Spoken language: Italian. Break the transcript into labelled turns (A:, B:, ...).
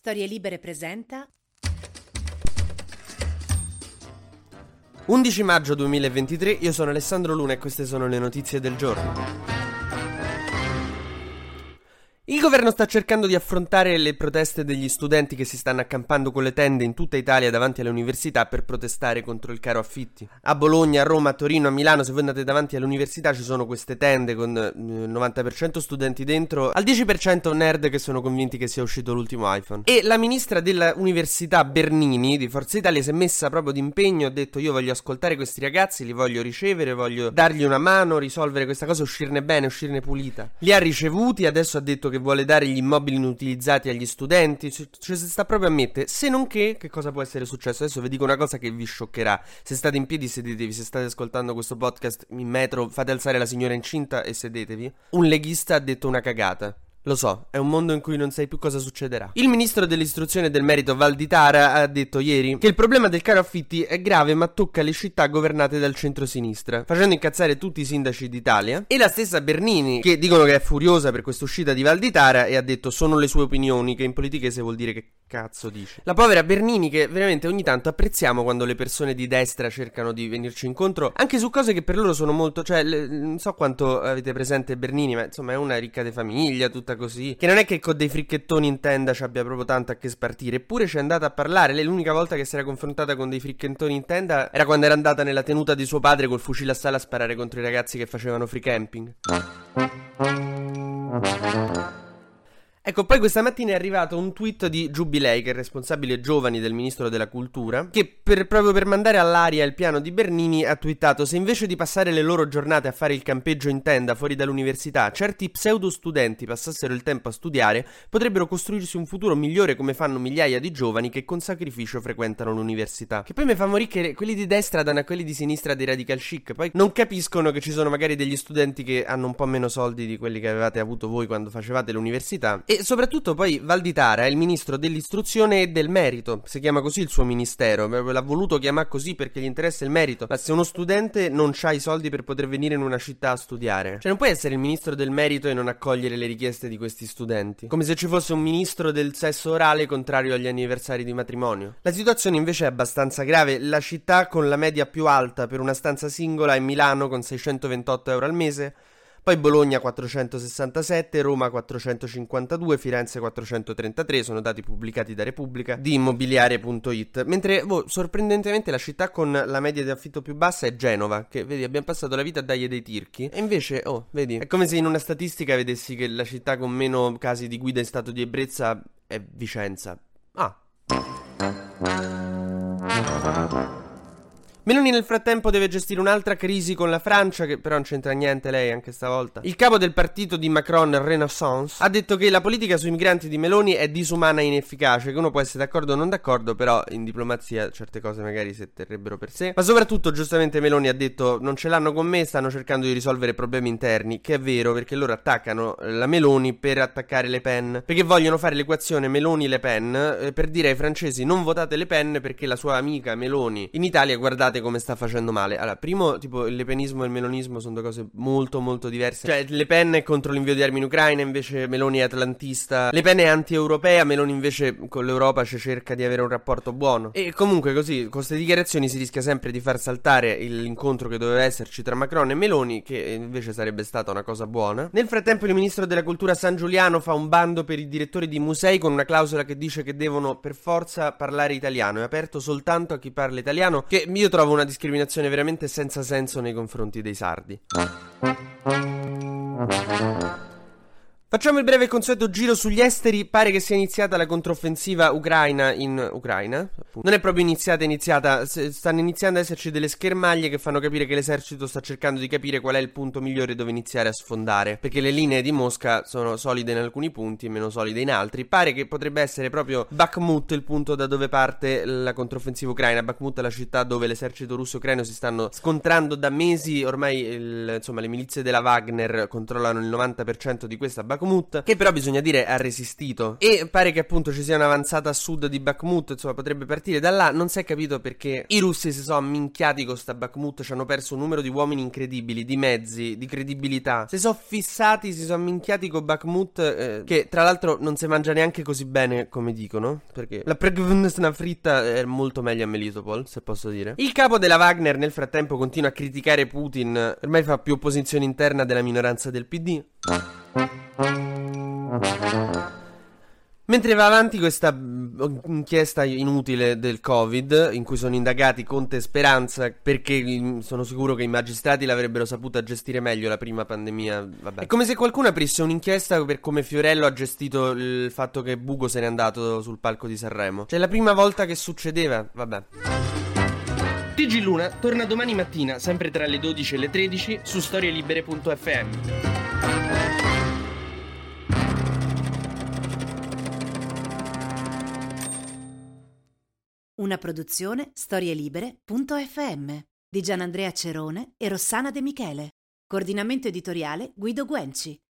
A: Storie Libere presenta
B: 11 maggio 2023, io sono Alessandro Luna e queste sono le notizie del giorno. Il governo sta cercando di affrontare le proteste degli studenti che si stanno accampando con le tende in tutta Italia davanti alle università per protestare contro il caro affitti. A Bologna, a Roma, a Torino, a Milano, se voi andate davanti all'università ci sono queste tende con il 90% studenti dentro, al 10% nerd che sono convinti che sia uscito l'ultimo iPhone. E la ministra dell'università Bernini di Forza Italia si è messa proprio d'impegno, ha detto: io voglio ascoltare questi ragazzi, li voglio ricevere, voglio dargli una mano, risolvere questa cosa, uscirne bene, uscirne pulita. Li ha ricevuti, adesso ha detto che vuole dare gli immobili inutilizzati agli studenti, cioè si sta proprio a mettere. Se non che cosa può essere successo? Adesso vi dico una cosa che vi scioccherà. Se state in piedi sedetevi, se state ascoltando questo podcast in metro fate alzare la signora incinta e sedetevi. Un leghista ha detto una cagata. Lo so, è un mondo in cui non sai più cosa succederà. Il ministro dell'istruzione e del merito Valditara ha detto ieri che il problema del caro affitti è grave ma tocca le città governate dal centro-sinistra, facendo incazzare tutti i sindaci d'Italia. E la stessa Bernini, che dicono che è furiosa per questa uscita di Valditara, e ha detto sono le sue opinioni, che in politichese vuol dire che cazzo dice. La povera Bernini, che veramente ogni tanto apprezziamo quando le persone di destra cercano di venirci incontro anche su cose che per loro sono molto, cioè non so quanto avete presente Bernini, ma insomma è una ricca di famiglia, tutta così, che non è che con dei fricchettoni in tenda ci abbia proprio tanto a che spartire. Eppure c'è andata a parlare. Lei l'unica volta che si era confrontata con dei fricchettoni in tenda era quando era andata nella tenuta di suo padre col fucile a sala a sparare contro i ragazzi che facevano free camping. Ecco, poi questa mattina è arrivato un tweet di Giubilei, che è il responsabile giovani del ministro della cultura, che proprio per mandare all'aria il piano di Bernini ha twittato: se invece di passare le loro giornate a fare il campeggio in tenda fuori dall'università certi pseudo studenti passassero il tempo a studiare, potrebbero costruirsi un futuro migliore come fanno migliaia di giovani che con sacrificio frequentano l'università. Che poi mi fa morire che quelli di destra danno a quelli di sinistra dei radical chic, poi non capiscono che ci sono magari degli studenti che hanno un po' meno soldi di quelli che avevate avuto voi quando facevate l'università. E soprattutto poi Valditara è il ministro dell'istruzione e del merito, si chiama così il suo ministero, l'ha voluto chiamare così perché gli interessa il merito. Ma se uno studente non c'ha i soldi per poter venire in una città a studiare, cioè non puoi essere il ministro del merito e non accogliere le richieste di questi studenti, come se ci fosse un ministro del sesso orale contrario agli anniversari di matrimonio. La situazione invece è abbastanza grave. La città con la media più alta per una stanza singola è Milano con 628 euro al mese, poi Bologna 467, Roma 452, Firenze 433, sono dati pubblicati da Repubblica di Immobiliare.it. Mentre sorprendentemente la città con la media di affitto più bassa è Genova, che vedi abbiamo passato la vita a dargli dei tirchi. E invece, vedi, è come se in una statistica vedessi che la città con meno casi di guida in stato di ebbrezza è Vicenza. Meloni nel frattempo deve gestire un'altra crisi con la Francia, che però non c'entra niente lei anche stavolta. Il capo del partito di Macron, Renaissance, ha detto che la politica sui migranti di Meloni è disumana e inefficace, che uno può essere d'accordo o non d'accordo, però in diplomazia certe cose magari si terrebbero per sé. Ma soprattutto giustamente Meloni ha detto non ce l'hanno con me, stanno cercando di risolvere problemi interni, che è vero perché loro attaccano la Meloni per attaccare Le Pen, perché vogliono fare l'equazione Meloni-Le Pen per dire ai francesi non votate Le Pen perché la sua amica Meloni in Italia, guardate come sta facendo male. Allora, primo, tipo, il lepenismo e il melonismo sono due cose molto molto diverse. Cioè, Le Pen è contro l'invio di armi in Ucraina, invece Meloni è atlantista. Le Pen è anti-europea, Meloni invece con l'Europa cerca di avere un rapporto buono. E comunque così, con queste dichiarazioni si rischia sempre di far saltare l'incontro che doveva esserci tra Macron e Meloni, che invece sarebbe stata una cosa buona. Nel frattempo il ministro della cultura San Giuliano fa un bando per i direttori di musei con una clausola che dice che devono per forza parlare italiano, è aperto soltanto a chi parla italiano, che io trovo una discriminazione veramente senza senso nei confronti dei sardi. Facciamo il breve e consueto giro sugli esteri. Pare che sia iniziata la controffensiva ucraina in Ucraina. Appunto. Non è proprio iniziata, stanno iniziando ad esserci delle schermaglie che fanno capire che l'esercito sta cercando di capire qual è il punto migliore dove iniziare a sfondare, perché le linee di Mosca sono solide in alcuni punti e meno solide in altri. Pare che potrebbe essere proprio Bakhmut il punto da dove parte la controffensiva ucraina. Bakhmut è la città dove l'esercito russo e ucraino si stanno scontrando da mesi. Ormai le milizie della Wagner controllano il 90% di questa Bakhmut. Bakhmut, che però bisogna dire ha resistito, e pare che appunto ci sia un'avanzata a sud di Bakhmut, insomma potrebbe partire da là. Non si è capito perché i russi si sono amminchiati con sta Bakhmut, ci hanno perso un numero di uomini incredibili, di mezzi, di credibilità, si sono fissati, si sono amminchiati con Bakhmut, che tra l'altro non si mangia neanche così bene come dicono, perché la pregvnsna fritta è molto meglio a Melitopol, se posso dire. Il capo della Wagner nel frattempo continua a criticare Putin, ormai fa più opposizione interna della minoranza del PD. Mentre va avanti questa inchiesta inutile del Covid, in cui sono indagati Conte e Speranza, perché sono sicuro che i magistrati l'avrebbero saputa gestire meglio la prima pandemia, vabbè. È come se qualcuno aprisse un'inchiesta per come Fiorello ha gestito il fatto che Bugo se n'è andato sul palco di Sanremo. Cioè, è la prima volta che succedeva, vabbè. TG Luna torna domani mattina, sempre tra le 12 e le 13, su storielibere.fm.
A: Una produzione storielibere.fm di Gianandrea Cerone e Rossana De Michele. Coordinamento editoriale Guido Guenci.